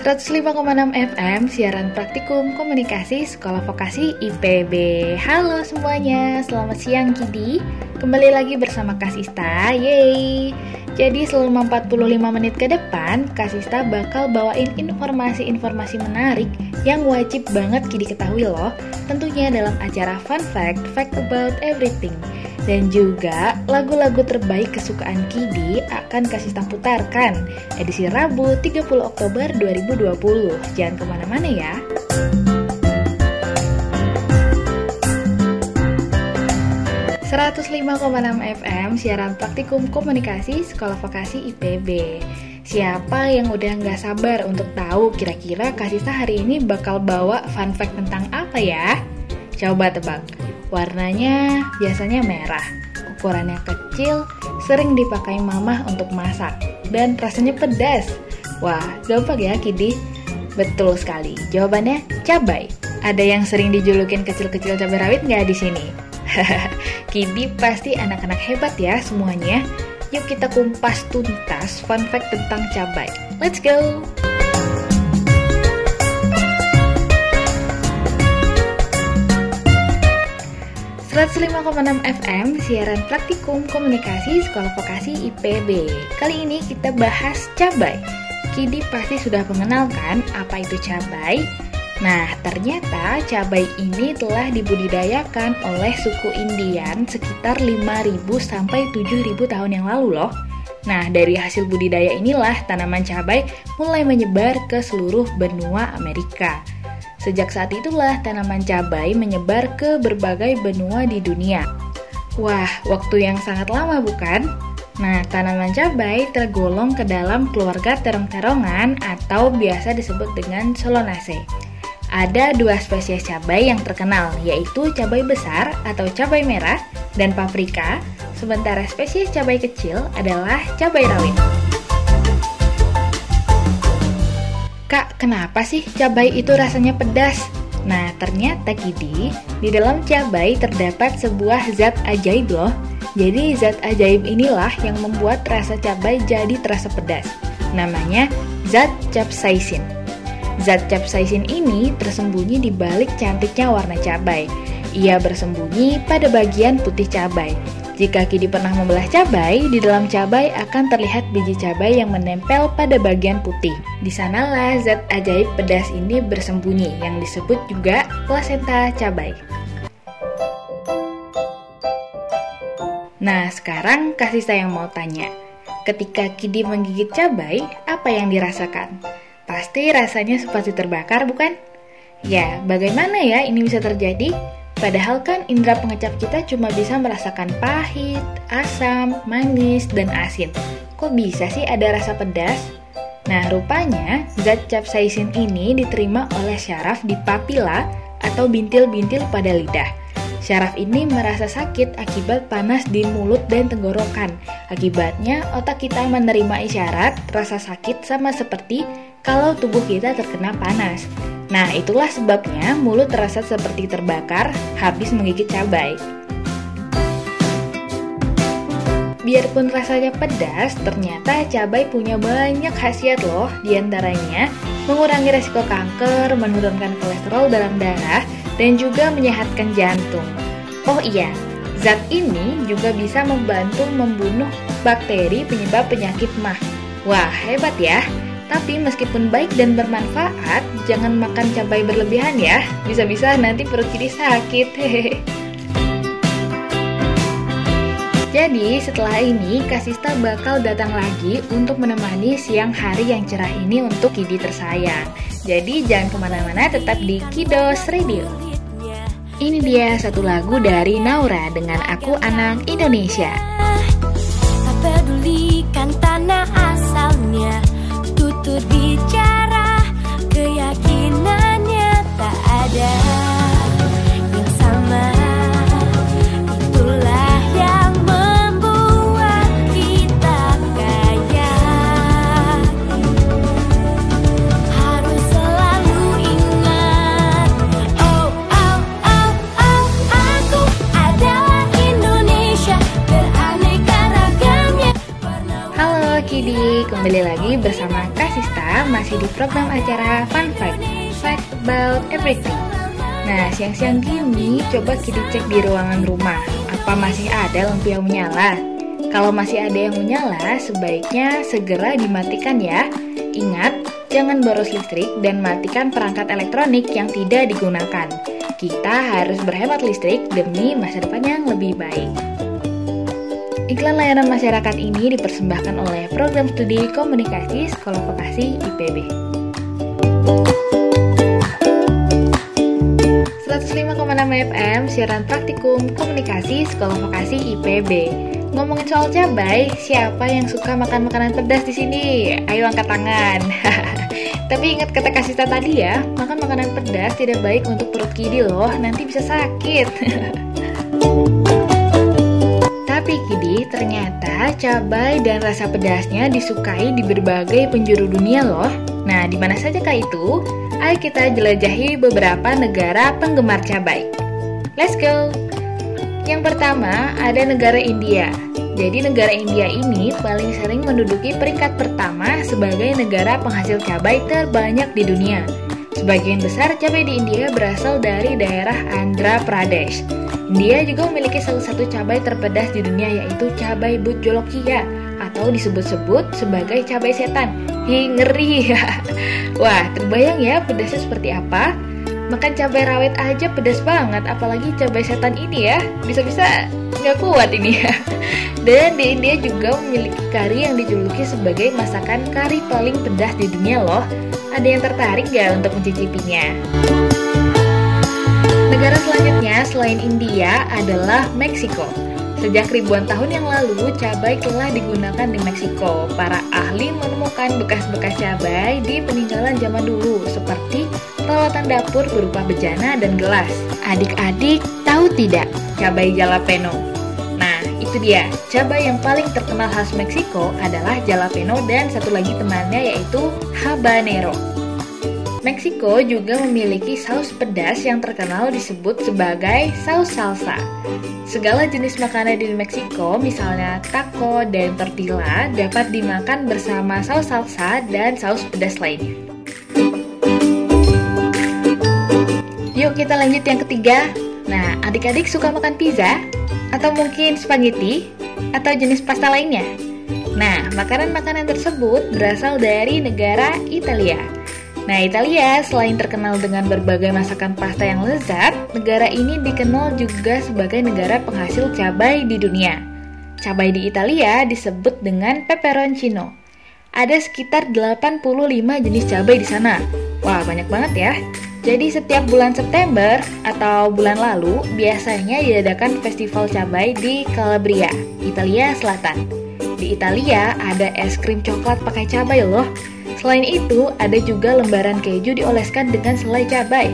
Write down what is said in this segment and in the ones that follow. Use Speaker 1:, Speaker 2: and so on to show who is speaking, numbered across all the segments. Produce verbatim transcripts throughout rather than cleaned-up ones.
Speaker 1: seratus lima koma enam F M, siaran praktikum komunikasi Sekolah Vokasi I P B. Halo semuanya, selamat siang Kidi. Kembali lagi bersama Kasista, yeay. Jadi selama empat puluh lima menit ke depan, Kasista bakal bawain informasi-informasi menarik yang wajib banget Kidi ketahui loh. Tentunya dalam acara Fun Fact, Fact About Everything. Dan juga lagu-lagu terbaik kesukaan Kidi akan Kasista putarkan edisi Rabu tiga puluh Oktober dua ribu dua puluh. Jangan kemana-mana ya. seratus lima koma enam F M, siaran praktikum komunikasi Sekolah Vokasi I P B. Siapa yang udah gak sabar untuk tahu kira-kira Kasista hari ini bakal bawa fun fact tentang apa ya? Coba tebak. Warnanya biasanya merah, ukurannya kecil, sering dipakai mamah untuk masak, dan rasanya pedas. Wah, gampang ya Kidi? Betul sekali, jawabannya cabai. Ada yang sering dijulukin kecil-kecil cabai rawit nggak di sini? Kidi pasti anak-anak hebat ya semuanya. Yuk kita kumpas tuntas fun fact tentang cabai. Let's go! seratus lima koma enam F M, siaran praktikum komunikasi Sekolah Vokasi I P B. Kali ini kita bahas cabai. Kidi pasti sudah mengenal kan apa itu cabai? Nah, ternyata cabai ini telah dibudidayakan oleh suku Indian sekitar lima ribu sampai tujuh ribu tahun yang lalu loh. Nah, dari hasil budidaya inilah tanaman cabai mulai menyebar ke seluruh benua Amerika. Sejak saat itulah tanaman cabai menyebar ke berbagai benua di dunia. Wah, waktu yang sangat lama bukan? Nah, tanaman cabai tergolong ke dalam keluarga terong-terongan atau biasa disebut dengan Solanaceae. Ada dua spesies cabai yang terkenal, yaitu cabai besar atau cabai merah dan paprika, sementara spesies cabai kecil adalah cabai rawit. Kak, kenapa sih cabai itu rasanya pedas? Nah, ternyata Kidi, di dalam cabai terdapat sebuah zat ajaib loh. Jadi zat ajaib inilah yang membuat rasa cabai jadi terasa pedas. Namanya zat capsaicin. Zat capsaicin ini tersembunyi di balik cantiknya warna cabai. Ia bersembunyi pada bagian putih cabai. Jika Kidi pernah membelah cabai, di dalam cabai akan terlihat biji cabai yang menempel pada bagian putih. Di sanalah zat ajaib pedas ini bersembunyi, yang disebut juga plasenta cabai. Nah, sekarang Kasista yang mau tanya. Ketika Kidi menggigit cabai, apa yang dirasakan? Pasti rasanya seperti terbakar, bukan? Ya, bagaimana ya ini bisa terjadi? Padahal kan indera pengecap kita cuma bisa merasakan pahit, asam, manis, dan asin. Kok bisa sih ada rasa pedas? Nah, rupanya zat capsaicin ini diterima oleh syaraf di papila atau bintil-bintil pada lidah. Syaraf ini merasa sakit akibat panas di mulut dan tenggorokan. Akibatnya, otak kita menerima isyarat rasa sakit sama seperti kalau tubuh kita terkena panas. Nah, itulah sebabnya mulut terasa seperti terbakar habis menggigit cabai. Biarpun rasanya pedas, ternyata cabai punya banyak khasiat loh. Di antaranya, mengurangi resiko kanker, menurunkan kolesterol dalam darah, dan juga menyehatkan jantung. Oh iya, zat ini juga bisa membantu membunuh bakteri penyebab penyakit M A H. Wah, hebat ya! Tapi meskipun baik dan bermanfaat, jangan makan cabai berlebihan ya. Bisa-bisa nanti perut Kidi sakit. Hehehe. Jadi setelah ini Kasista bakal datang lagi untuk menemani siang hari yang cerah ini untuk Kidi tersayang. Jadi jangan kemana-mana, tetap di Kidos Radio. Ini dia satu lagu dari Naura dengan Aku Anak Indonesia.
Speaker 2: Tak pedulikan tanah asalnya, tutur bicara, keyakinannya tak ada yang sama. Itulah yang membuat kita kaya. Harus selalu ingat, oh, oh, oh, oh, aku adalah Indonesia, beraneka ragamnya.
Speaker 1: Halo Kidi, kembali lagi bersama Kasista kita masih di program acara Fun Fact, Fact About Everything. Nah, siang-siang gini coba kita cek di ruangan rumah, apa masih ada lampu yang menyala? Kalau masih ada yang menyala, sebaiknya segera dimatikan ya. Ingat, jangan boros listrik dan matikan perangkat elektronik yang tidak digunakan. Kita harus berhemat listrik demi masa depan yang lebih baik. Iklan layanan masyarakat ini dipersembahkan oleh Program Studi Komunikasi Sekolah Vokasi I P B. seratus lima koma enam F M, siaran praktikum komunikasi Sekolah Vokasi I P B. Ngomongin soal cabai, siapa yang suka makan makanan pedas di sini? Ayo angkat tangan. Tapi ingat kata Kasista tadi ya, makan makanan pedas tidak baik untuk perut Kidi loh, nanti bisa sakit. Tapi Kidi, ternyata cabai dan rasa pedasnya disukai di berbagai penjuru dunia loh. Nah, di mana saja kah itu? Ayo kita jelajahi beberapa negara penggemar cabai. Let's go! Yang pertama, ada negara India. Jadi negara India ini paling sering menduduki peringkat pertama sebagai negara penghasil cabai terbanyak di dunia. Sebagian besar cabai di India berasal dari daerah Andhra Pradesh. India juga memiliki salah satu cabai terpedas di dunia, yaitu cabai Bhut Jolokia atau disebut-sebut sebagai cabai setan. Hi, ngeri. Wah, terbayang ya pedasnya seperti apa? Makan cabai rawit aja pedas banget, apalagi cabai setan ini ya. Bisa-bisa nggak kuat ini ya. Dan di India juga memiliki kari yang dijuluki sebagai masakan kari paling pedas di dunia loh. Ada yang tertarik nggak untuk mencicipinya? Negara selanjutnya selain India adalah Meksiko. Sejak ribuan tahun yang lalu, cabai telah digunakan di Meksiko. Para ahli menemukan bekas-bekas cabai di peninggalan zaman dulu, seperti peralatan dapur berupa bejana dan gelas. Adik-adik tahu tidak cabai jalapeno? Nah, itu dia. Cabai yang paling terkenal khas Meksiko adalah jalapeno dan satu lagi temannya yaitu habanero. Meksiko juga memiliki saus pedas yang terkenal disebut sebagai saus salsa. Segala jenis makanan di Meksiko, misalnya taco dan tortilla, dapat dimakan bersama saus salsa dan saus pedas lainnya. Yuk kita lanjut yang ketiga. Nah, adik-adik suka makan pizza? Atau mungkin spaghetti? Atau jenis pasta lainnya? Nah, makanan-makanan tersebut berasal dari negara Italia. Nah, Italia selain terkenal dengan berbagai masakan pasta yang lezat, negara ini dikenal juga sebagai negara penghasil cabai di dunia. Cabai di Italia disebut dengan peperoncino. Ada sekitar delapan puluh lima jenis cabai di sana. Wah, banyak banget ya. Jadi setiap bulan September atau bulan lalu, biasanya diadakan festival cabai di Calabria, Italia Selatan. Di Italia ada es krim coklat pakai cabai loh. Selain itu, ada juga lembaran keju dioleskan dengan selai cabai.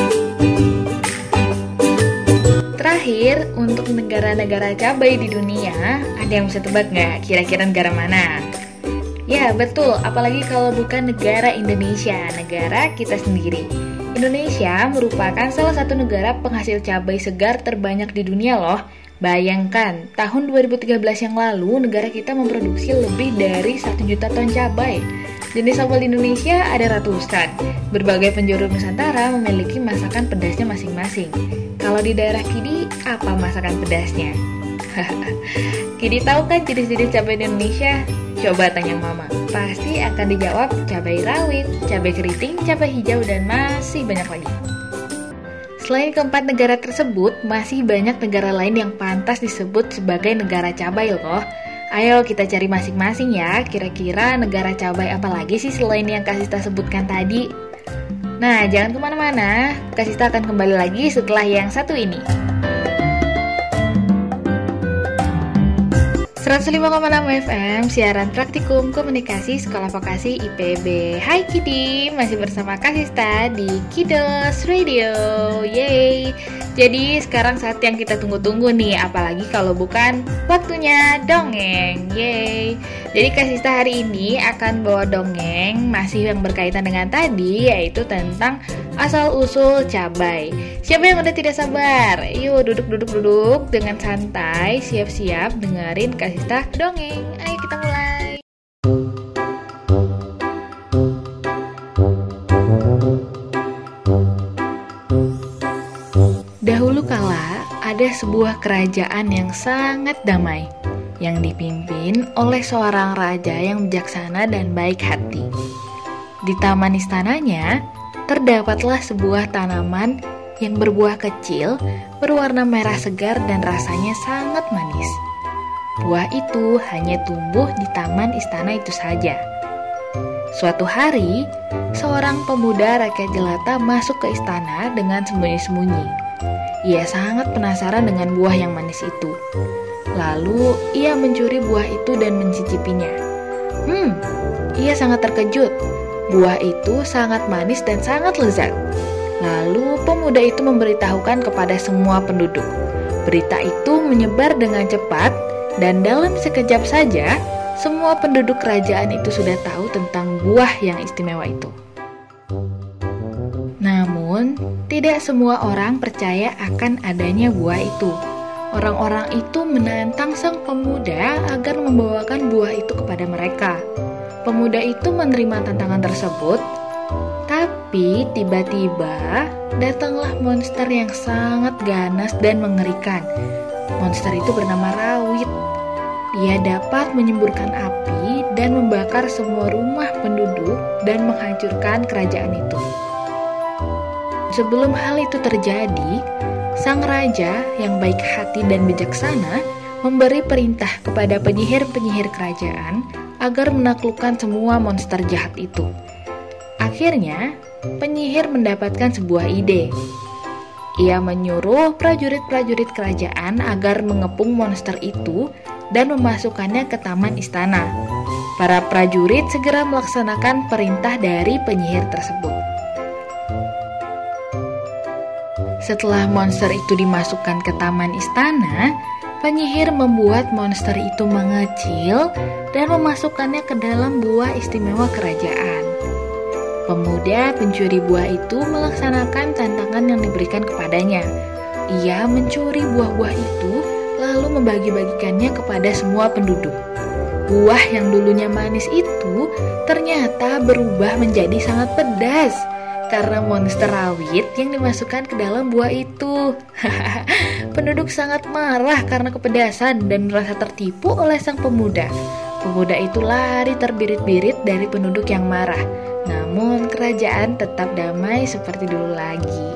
Speaker 1: Terakhir, untuk negara-negara cabai di dunia, ada yang bisa tebak nggak kira-kira negara mana? Ya, betul, apalagi kalau bukan negara Indonesia, negara kita sendiri. Indonesia merupakan salah satu negara penghasil cabai segar terbanyak di dunia loh. Bayangkan, tahun dua ribu tiga belas yang lalu, negara kita memproduksi lebih dari satu juta ton cabai. Jenis sambal di Indonesia ada ratusan. Berbagai penjuru Nusantara memiliki masakan pedasnya masing-masing. Kalau di daerah Kidi, apa masakan pedasnya? Kidi tahu kan jenis-jenis cabai di Indonesia? Coba tanya mama, pasti akan dijawab cabai rawit, cabai keriting, cabai hijau, dan masih banyak lagi. Selain keempat negara tersebut, masih banyak negara lain yang pantas disebut sebagai negara cabai loh. Ayo kita cari masing-masing ya, kira-kira negara cabai apa lagi sih selain yang Kasista sebutkan tadi? Nah, jangan kemana-mana, Kasista akan kembali lagi setelah yang satu ini. seratus lima koma enam F M, siaran praktikum komunikasi Sekolah Vokasi I P B. Hai Kidi, masih bersama Kasista di Kidos Radio. Yeay. Jadi sekarang saat yang kita tunggu-tunggu nih, apalagi kalau bukan waktunya dongeng. Yeay. Jadi Kasista hari ini akan bawa dongeng masih yang berkaitan dengan tadi, yaitu tentang asal-usul cabai. Siapa yang udah tidak sabar? Yuk duduk-duduk-duduk dengan santai, siap-siap dengerin Kasista dongeng. Ayo kita mulai. ada sebuah kerajaan yang sangat damai, yang dipimpin oleh seorang raja yang bijaksana dan baik hati. Di taman istananya, terdapatlah sebuah tanaman yang berbuah kecil, berwarna merah segar dan rasanya sangat manis. Buah itu hanya tumbuh di taman istana itu saja. Suatu hari, seorang pemuda rakyat jelata masuk ke istana dengan sembunyi-sembunyi. Ia sangat penasaran dengan buah yang manis itu. Lalu, ia mencuri buah itu dan mencicipinya. Hmm, ia sangat terkejut. Buah itu sangat manis dan sangat lezat. Lalu, pemuda itu memberitahukan kepada semua penduduk. Berita itu menyebar dengan cepat, dan dalam sekejap saja, semua penduduk kerajaan itu sudah tahu tentang buah yang istimewa itu. Namun, tidak semua orang percaya akan adanya buah itu. Orang-orang itu menantang sang pemuda agar membawakan buah itu kepada mereka. Pemuda itu menerima tantangan tersebut, tapi tiba-tiba datanglah monster yang sangat ganas dan mengerikan. Monster itu bernama Rawit. Dia dapat menyemburkan api dan membakar semua rumah penduduk dan menghancurkan kerajaan itu. Sebelum hal itu terjadi, sang raja yang baik hati dan bijaksana memberi perintah kepada penyihir-penyihir kerajaan agar menaklukkan semua monster jahat itu. Akhirnya, penyihir mendapatkan sebuah ide. Ia menyuruh prajurit-prajurit kerajaan agar mengepung monster itu dan memasukkannya ke taman istana. Para prajurit segera melaksanakan perintah dari penyihir tersebut. Setelah monster itu dimasukkan ke taman istana, penyihir membuat monster itu mengecil dan memasukkannya ke dalam buah istimewa kerajaan. Pemuda pencuri buah itu melaksanakan tantangan yang diberikan kepadanya. Ia mencuri buah-buah itu lalu membagi-bagikannya kepada semua penduduk. Buah yang dulunya manis itu ternyata berubah menjadi sangat pedas karena monster Rawit yang dimasukkan ke dalam buah itu. Penduduk sangat marah karena kepedasan dan merasa tertipu oleh sang pemuda. Pemuda itu lari terbirit-birit dari penduduk yang marah. Namun kerajaan tetap damai seperti dulu lagi.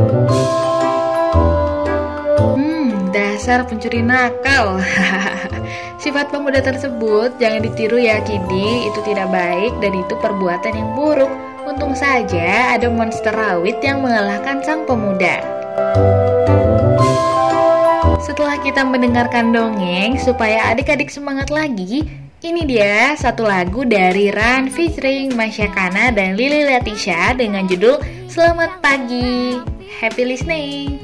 Speaker 1: Hmm, dasar pencuri nakal. Sifat pemuda tersebut jangan ditiru ya Kidi, itu tidak baik dan itu perbuatan yang buruk. Untung saja ada monster Rawit yang mengalahkan sang pemuda. Setelah kita mendengarkan dongeng supaya adik-adik semangat lagi, ini dia satu lagu dari Ran featuring Masya Kana dan Lili Latisha dengan judul Selamat Pagi. Happy listening.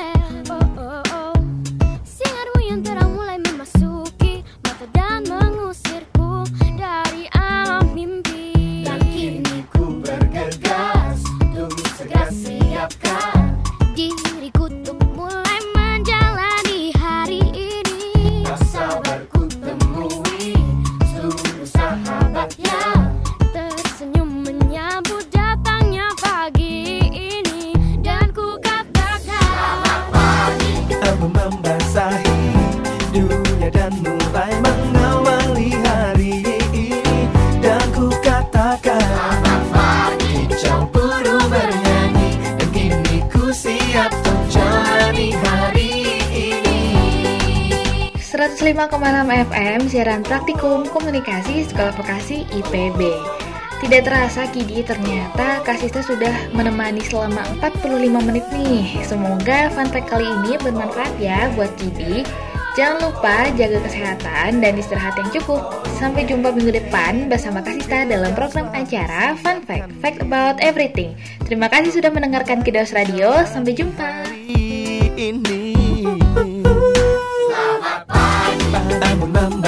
Speaker 1: seratus lima koma enam F M siaran praktikum komunikasi Sekolah Vokasi I P B. Tidak terasa Kidi, ternyata Kasista sudah menemani selama empat puluh lima menit nih. Semoga fun fact kali ini bermanfaat ya buat Kidi. Jangan lupa jaga kesehatan dan istirahat yang cukup. Sampai jumpa minggu depan bersama Kasista dalam program acara Fun Fact, Fact About Everything. Terima kasih sudah mendengarkan Kiddos Radio. Sampai jumpa. Ini. Selamat pagi.